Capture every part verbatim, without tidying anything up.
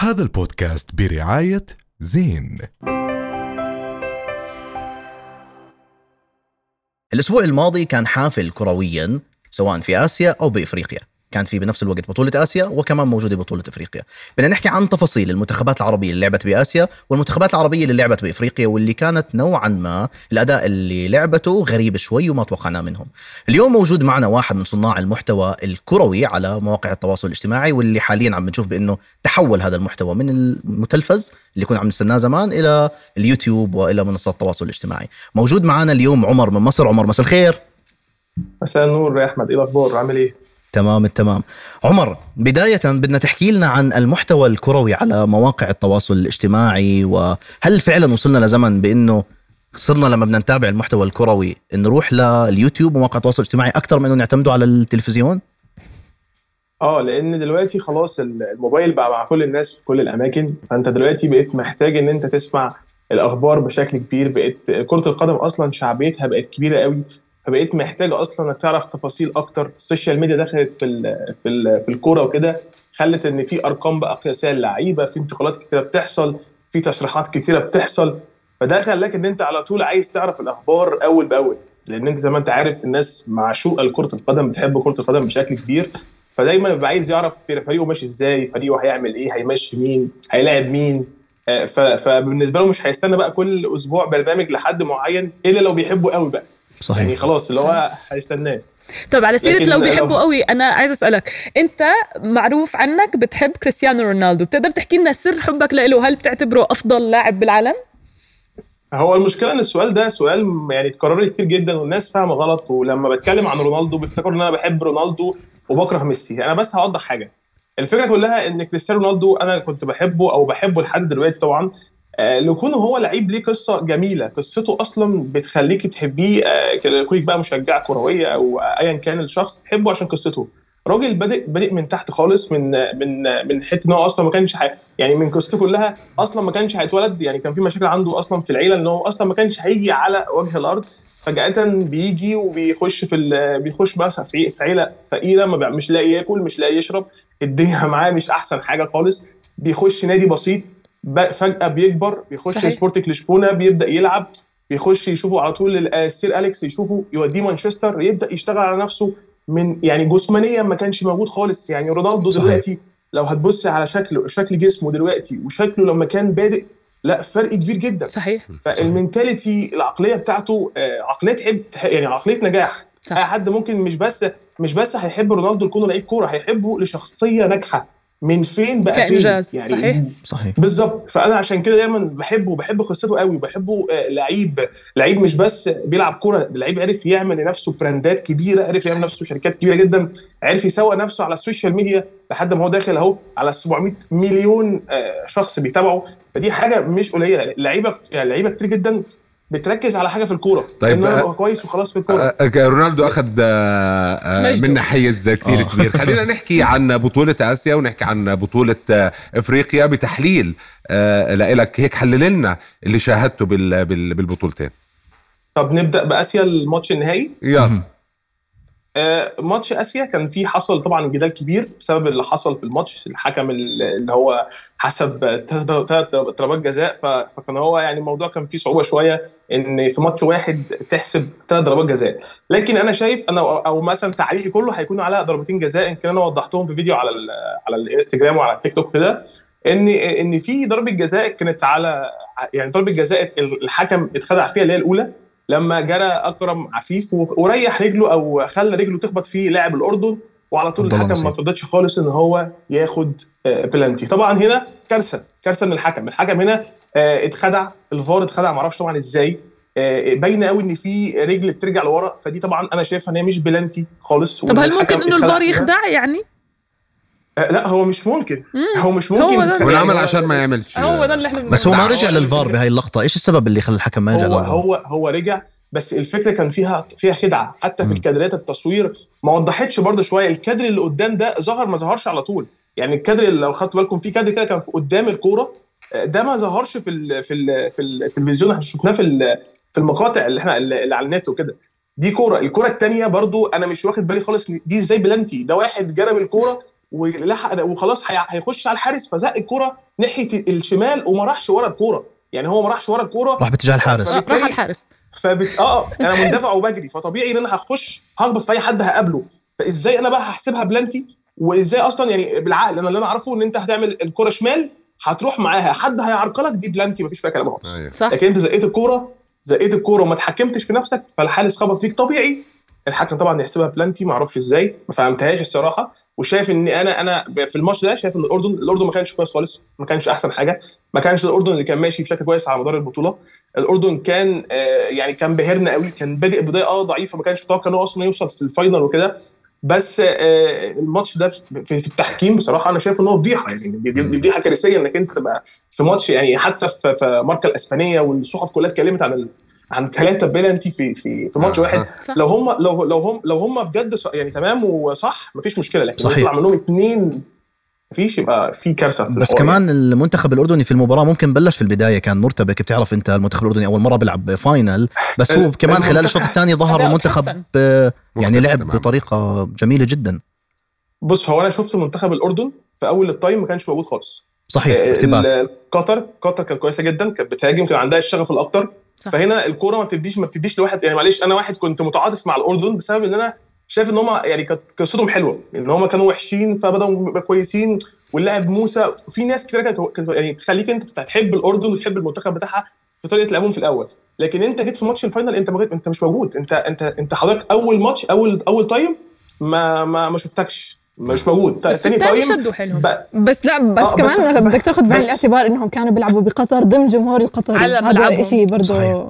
هذا البودكاست برعاية زين. الأسبوع الماضي كان حافل كرويا سواء في آسيا أو بإفريقيا، كانت في بنفس الوقت بطولة آسيا وكمان موجودة بطولة إفريقيا. بدنا نحكي عن تفاصيل المنتخبات العربية اللي لعبت بآسيا والمنتخبات العربية اللي لعبت بإفريقيا، واللي كانت نوعا ما الأداء اللي لعبته غريب شوي وما توقعناه منهم. اليوم موجود معنا واحد من صناع المحتوى الكروي على مواقع التواصل الاجتماعي، واللي حاليا عم نشوف بأنه تحول هذا المحتوى من المتلفز اللي كنا عم نستناه زمان إلى اليوتيوب وإلى منصات التواصل الاجتماعي. موجود معنا اليوم عمر من مصر. عمر، مساء الخير. مساء النور يا أحمد، إيه الأخبار؟ عامل إيه؟ تمام التمام. عمر، بداية بدنا تحكي لنا عن المحتوى الكروي على مواقع التواصل الاجتماعي، وهل فعلا وصلنا لزمن بأنه صرنا لما بدنا نتابع المحتوى الكروي نروح لليوتيوب ومواقع التواصل الاجتماعي أكثر من أنه نعتمدوا على التلفزيون؟ آه لأن دلوقتي خلاص الموبايل بقى مع كل الناس في كل الأماكن، فأنت دلوقتي بقيت محتاج إن أنت تسمع الأخبار بشكل كبير. بقيت كرة القدم أصلا شعبيتها بقت كبيرة قوي، فبقيت محتاج اصلا انك تعرف تفاصيل اكتر. السوشيال ميديا دخلت في ال في ال في الكوره وكده، خلت ان في ارقام بقى قياسيه للعيبه، في انتقالات كتيره بتحصل، في تصريحات كتيره بتحصل، فده خلاك ان انت على طول عايز تعرف الاخبار اول باول، لان انت زي ما انت عارف الناس معشوقه لكره القدم، بتحب كره القدم بشكل كبير، فدايما بيبقى عايز يعرف فريقه ماشي ازاي، فريقه هيعمل ايه، هيمشي مين، هيلاعب مين. فبالنسبه له مش هيستنى بقى كل اسبوع برنامج لحد معين الا لو بيحبه قوي بقى. صحيح. يعني خلاص اللي هو هيستناه. طب على سيرة لو بيحبوا قوي، أنا عايز أسألك، أنت معروف عنك بتحب كريستيانو رونالدو، بتقدر تحكي لنا سر حبك له؟ هل بتعتبره أفضل لاعب بالعالم؟ هو المشكلة إن السؤال ده سؤال يعني تكرر كتير جدا والناس فاهمة غلط، ولما بتكلم عن رونالدو بيفتكروا إن أنا بحب رونالدو وبكره ميسي. أنا بس هوضح حاجة. الفكرة كلها إن كريستيانو رونالدو أنا كنت بحبه أو بحبه لحد دلوقتي طبعاً، آه لكونه هو لعيب ليه قصة جميلة، قصته أصلا بتخليك تحبيه، آه كونك بقى مشجع كروية أو أيا كان الشخص تحبه عشان قصته. راجل بادئ بادئ من تحت خالص، من من من حته ان هو اصلا ما كانش حي... يعني من قصته كلها اصلا ما كانش هيتولد، يعني كان في مشاكل عنده اصلا في العيله ان هو اصلا ما كانش هيجي على وجه الارض، فجاه بيجي وبيخش في ال... بيخش مثلا في في عيله فقيره، ما مش لاقي ياكل، مش لاقي يشرب، الدنيا معاه مش احسن حاجه خالص، بيخش نادي بسيط، فجاه بيكبر، بيخش صحيح. سبورتنج لشبونه بيبدا يلعب، بيخش يشوفه على طول السير أليكس يشوفه يوديه مانشستر، يبدا يشتغل على نفسه من يعني جسمانيا ما كانش موجود خالص. يعني رونالدو دلوقتي لو هتبص على شكله، شكل جسمه دلوقتي وشكله لما كان بادئ، لا فرق كبير جدا. صحيح. فالمنتاليتي العقليه بتاعته عقليه حب، يعني عقليه نجاح. صح. اي حد ممكن مش بس مش بس هيحب رونالدو لكونه لعيب كوره، هيحبه لشخصيه ناجحه من فين بقى كإنجاز. فين يعني. صحيح. صحيح بالظبط. فانا عشان كده دايما بحبه وبحب قصته قوي، وبحبه لعيب لعيب مش بس بيلعب كوره، لعيب عرف يعمل لنفسه براندات كبيره، عرف يعمل نفسه شركات كبيره جدا، عرف يسوق نفسه على السوشيال ميديا لحد ما هو داخل اهو على سبعمية مليون شخص بيتابعه، فدي حاجه مش قليله. لعيبه يعني لعيبه كتير جدا بتركز على حاجه في الكوره. طيب انه يبقى كويس وخلاص في الكوره. رونالدو اخذ منا حيز كتير أوه. كبير. خلينا نحكي عن بطوله اسيا ونحكي عن بطوله افريقيا بتحليل لك، هيك حلل لنا اللي شاهدته بالبطولتين. طب نبدا باسيا، الماتش النهائي. يلا. آه ماتش اسيا كان فيه حصل طبعا جدال كبير بسبب اللي حصل في الماتش. الحكم اللي هو حسب ثلاث ضربات جزاء، فكان هو يعني الموضوع كان فيه صعوبه شويه ان في ماتش واحد تحسب ثلاث ضربات جزاء. لكن انا شايف انا او مثلا تعليقي كله هيكون على ضربتين جزاء، يمكن انا وضحتهم في فيديو على على الانستجرام وعلى التيك توك كده، ان ان في ضربه جزاء كانت على يعني ضربه جزاء الحكم اتخدع فيها اللي هي الاولى، لما جرى أكرم عفيف وريح رجله أو خلى رجله تخبط في لاعب الأردن، وعلى طول الحكم ما ترضتش خالص إن هو ياخد بلانتي. طبعا هنا كارثة كارثة من الحكم. الحكم هنا اتخدع، الفار اتخدع، معرفش طبعا إزاي، باينه قوي ان في رجل بترجع لورا، فدي طبعا انا شايفها ان هي مش بلانتي خالص. طب هل ممكن انه الفار يخدع يعني؟ لا هو مش ممكن. هو مش ممكن هو العمل عشان ما يعملش. هو ده اللي احنا بس هو ما رجع للفار بهاي اللقطة. ايش السبب اللي خلى الحكم ما يرجع هو للفار؟ هو هو رجع، بس الفكرة كان فيها فيها خدعة حتى في الكادرات التصوير ما وضحتش برضه شوية. الكادر اللي قدام ده ظهر ما ظهرش على طول، يعني الكادر اللي لو خدتوا بالكم في كادر كده كان في قدام الكورة، ده ما ظهرش في ال في ال في التلفزيون، احنا شفناه في في المقاطع اللي احنا اللي على النت وكده. دي كورة. الكورة التانية برضه انا مش واخد بالي خالص دي ازاي بلانتي. ده واحد جرب الكورة ولحق وخلاص هيخش على الحارس فزق الكرة ناحيه الشمال وما راحش ورا الكرة، يعني هو ما راحش ورا الكرة، راح باتجاه الحارس، راح على الحارس. فبت... اه انا مندفع وبجري، فطبيعي ان انا هخش هخبط في اي حد هقابله، فازاي انا بقى هحسبها بلانتي؟ وازاي اصلا يعني بالعقل انا اللي انا اعرفه ان انت هتعمل الكرة شمال هتروح معاها حد هيعرقلك، دي بلانتي مفيش فيها كلام خالص. لكن انت زقيت الكرة زقيت الكرة وما تحكمتش في نفسك، فالحارس خبط فيك طبيعي الحكم طبعا يحسبها بلانتي، ما اعرفش ازاي، ما فهمتهاش الصراحه. وشايف ان انا انا في الماتش ده شايف ان الاردن الاردن ما كانش كويس خالص، ما كانش احسن حاجه، ما كانش الاردن اللي كان ماشي بشكل كويس على مدار البطوله. الاردن كان آه يعني كان بهرنا قوي، كان بادئ بدايه اه ضعيفه، ما كانش متوقع انه اصلا يوصل في الفاينل وكده. بس آه الماتش ده في التحكيم بصراحه انا شايف ان هو فضيحه، يعني دي فضيحه كارثيه انك انت تبقى في ماتش، يعني حتى في في ماركا الاسبانيه والصحف كلها اتكلمت عن عن ثلاثة بلنتي في في في ماتش آه. واحد. صح. لو هم لو لو هم لو هم بجد يعني تمام وصح مفيش مشكله، لكن يطلع منهم اثنين مفيش يبقى في كارثه. بس كمان المنتخب الاردني في المباراه ممكن بلش في البدايه كان مرتبك، بتعرف انت المنتخب الاردني اول مره بيلعب فاينل، بس هو كمان خلال الشوط الثاني ظهر المنتخب يعني لعب بطريقه جميله جدا. بص هو انا شفت منتخب الاردن في اول التايم ما كانش موجود خالص. صحيح. ارتباك قطر قطر كان كويسه جدا، كانت بتهاجم، كان عندها الشغف الاكتر. صح. فهنا الكوره ما بتديش ما بتديش لواحد، يعني معلش انا واحد كنت متعاطف مع الاردن بسبب ان انا شايف ان هم يعني كانت قصتهم حلوه، ان هم كانوا وحشين فبداوا يبقوا كويسين، واللاعب موسى في ناس كتير كانت يعني تخليك انت تحب الاردن وتحب المنتخب بتاعها في طريقه لعبهم في الاول. لكن انت جيت في ماتش الفاينل انت انت مش موجود، انت انت انت حضرتك اول ماتش اول اول تايم ما ما ما شفتكش مش موجود. تاني تايم بس لا بس آه كمان بدك تاخذ بعين الاعتبار انهم كانوا بيلعبوا بقطر ضمن جمهور القطري، هذا شيء برضه.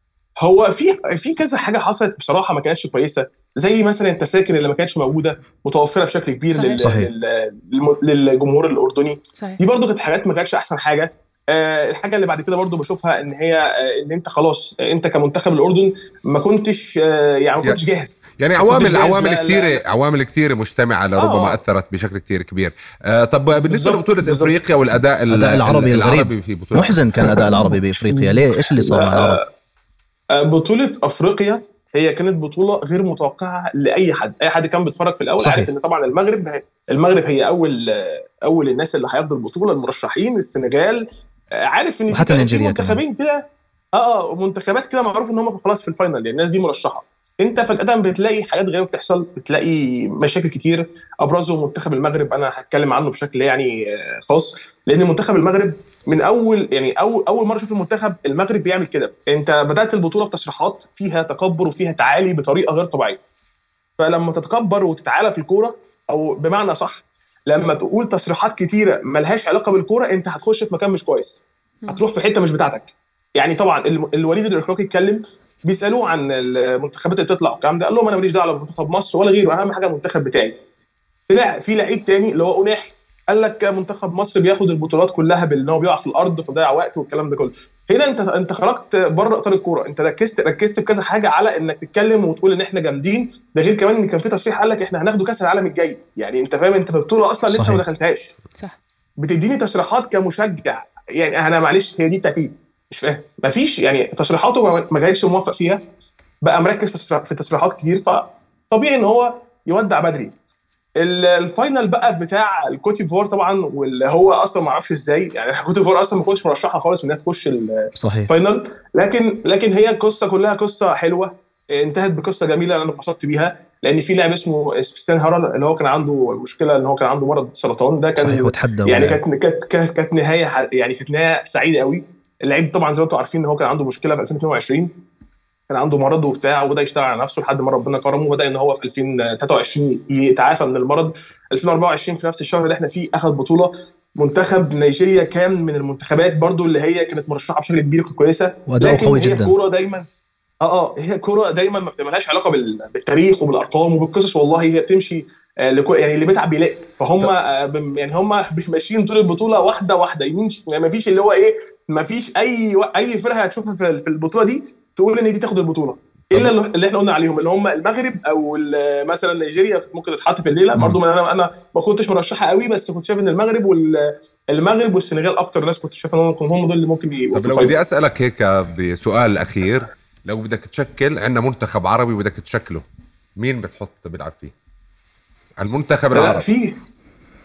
هو في في كذا حاجه حصلت بصراحه ما كانتش كويسه، زي مثلا التساكن اللي ما كانتش موجوده متوفره بشكل كبير لل... لل... للجمهور الاردني. صحيح. دي برضه كانت حاجات ما كانتش احسن حاجه. أه الحاجه اللي بعد كده برضو بشوفها ان هي أه ان انت خلاص انت كمنتخب الاردن ما كنتش أه يعني ما كنتش جاهز، يعني عوامل عوامل كثيره عوامل كثيره مجتمعه لربما آه. اثرت بشكل كثير كبير. أه طب بالنسبه لبطوله افريقيا والاداء العربي العربي في بطوله محزن كان اداء العربي بافريقيا، ليه ايش اللي صار مع العرب؟ أه بطوله افريقيا هي كانت بطوله غير متوقعه لاي حد، اي حد كان بيتفرج في الاول صحيح. عارف ان طبعا المغرب المغرب هي اول اول الناس اللي هياخدوا البطوله، المرشحين السنغال، عارف ان في منتخبين كده اه اه منتخبات كده معروف ان هم خلاص في الفاينل، يعني الناس دي مرشحه. انت فجاه بتلاقي حاجات غريبه بتحصل، بتلاقي مشاكل كتير، ابرزهم منتخب المغرب. انا هتكلم عنه بشكل يعني خاص، لان منتخب المغرب من اول يعني اول اول مره اشوف المنتخب المغرب بيعمل كده. انت بدات البطوله بتصريحات فيها تكبر وفيها تعالي بطريقه غير طبيعيه، فلما تتكبر وتتعالى في الكوره، او بمعنى صح لما تقول تصريحات كتيره ملهاش علاقه بالكوره، انت هتخش في مكان مش كويس، هتروح في حته مش بتاعتك. يعني طبعا الوليد الركراكي اتكلم، بيسالوه عن المنتخبات اللي بتطلع والكلام ده، قال لهم انا ماليش دعوه بمنتخب مصر ولا غيره، اهم حاجه المنتخب بتاعي. طلع في لعيب تاني اللي هو أناحي قال لك منتخب مصر بياخد البطولات كلها بان هو بيقع في الارض فضيع وقت والكلام ده كله. هنا انت انت خرجت بره اطار الكوره، انت ركزت ركزت بكذا حاجه على انك تتكلم وتقول ان احنا جامدين. ده غير كمان ان كان في تصريح قال لك احنا هناخدوا كاس العالم الجاي، يعني انت فاهم انت في البطوله اصلا لسه ما دخلتهاش. صح. بتديني تصريحات كمشجع، يعني انا معلش هي دي بتاعتي مش فاهم، مفيش يعني تصريحاته ما جايش موافق فيها، بقى مركز في تصريحات كتير، فطبيعي ان هو يودع بدري. الفاينل بقى بتاع الكوت ديفوار طبعا، واللي هو اصلا ما اعرفش ازاي، يعني الكوت ديفوار اصلا ما كنتش مرشحها خالص انها تخش الفاينل، لكن لكن هي قصه كلها قصه حلوه، انتهت بقصه جميله انا انبسطت بيها، لان في لاعب اسمه سبستان هارل اللي هو كان عنده مشكله ان هو كان عنده مرض سرطان، ده كان يعني كانت كانت كانت نهايه يعني كانت نهايه سعيده قوي. اللعيب طبعا زي ما انتم عارفين ان هو كان عنده مشكله في ألفين واثنين وعشرين، كان عنده مرض وبتاع، وبدا يشتغل على نفسه لحد ما ربنا كرمه، وبدا ان هو في ألفين وثلاثة وعشرين يتعافى من المرض. ألفين وأربعة وعشرين في نفس الشهر اللي احنا فيه اخذ بطوله. منتخب نيجيريا كان من المنتخبات برضو اللي هي كانت مرشحه بشكل كبير كويسه، لكن قوي جدا. الكوره دايما اه اه هي الكوره دايما ما بتملهاش علاقه بالتاريخ وبالارقام وبالقصص، والله هي بتمشي يعني اللي بيتعب بيلاقي. فهم يعني هم ماشيين طول البطوله واحده واحده يمين، يعني ما فيش اللي هو ايه، ما فيش اي اي فرقه هتشوفها في البطوله دي تقول ان دي تاخد البطوله، الا اللي احنا قلنا عليهم اللي هم المغرب او مثلا نيجيريا ممكن تتحط في الليله. برضو انا انا ما كنتش مرشحها قوي، بس كنت شايف ان المغرب والمغرب والسنغال اكتر ناس كنت شايف انهم هم دول اللي ممكن يبقوا. طب لو بدي اسالك هيك بسؤال اخير، لو بدك تشكل عندنا منتخب عربي بدك تشكله، مين بتحط بيلعب فيه المنتخب العربي؟ في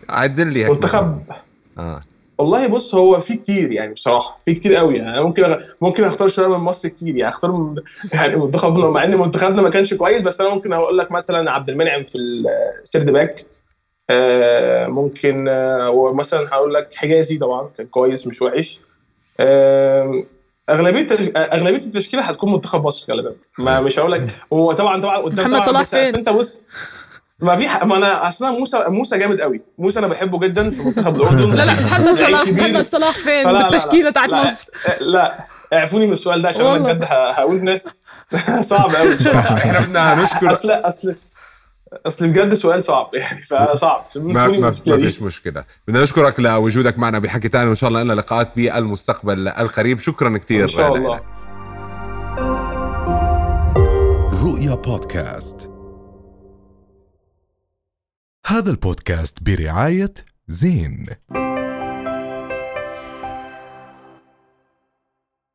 عدل لي منتخب اه والله بص هو في كتير يعني بصراحه في كتير قوي يعني ممكن أغ... ممكن اختار شويه من مصر كتير يعني اختار من... يعني منتخبنا مع ان منتخبنا ما كانش كويس بس انا ممكن اقول لك مثلا عبد المنعم في السيرد باك آه ممكن آه ومثلا هقول لك حجازي طبعا كان كويس مش وحش آه اغلبيه اغلبيه التشكيله هتكون منتخب مصر غالبا ما مش هقول لك هو طبعا طبعا قدام محمد صلاح فين انت بص ما في ح... ما انا اصلا موسى موسى جامد قوي موسى انا بحبه جدا في منتخب الاردن لا لا محمد صلاح محمد صلاح فين بالتشكيله بتاعت مصر لا اعفوني من السؤال ده عشان انا بجد هقول ناس صعب قوي بصراحه احنا بدنا نشكر اصل اصل اصل بجد سؤال صعب يعني فصعب ما, ما, ما فيش مشكله. بدنا نشكرك لوجودك معنا بحكي تاني وان شاء الله لنا لقاءات بالمستقبل القريب. شكرا كثير ان شاء الله. رؤيا بودكاست. هذا البودكاست برعاية زين.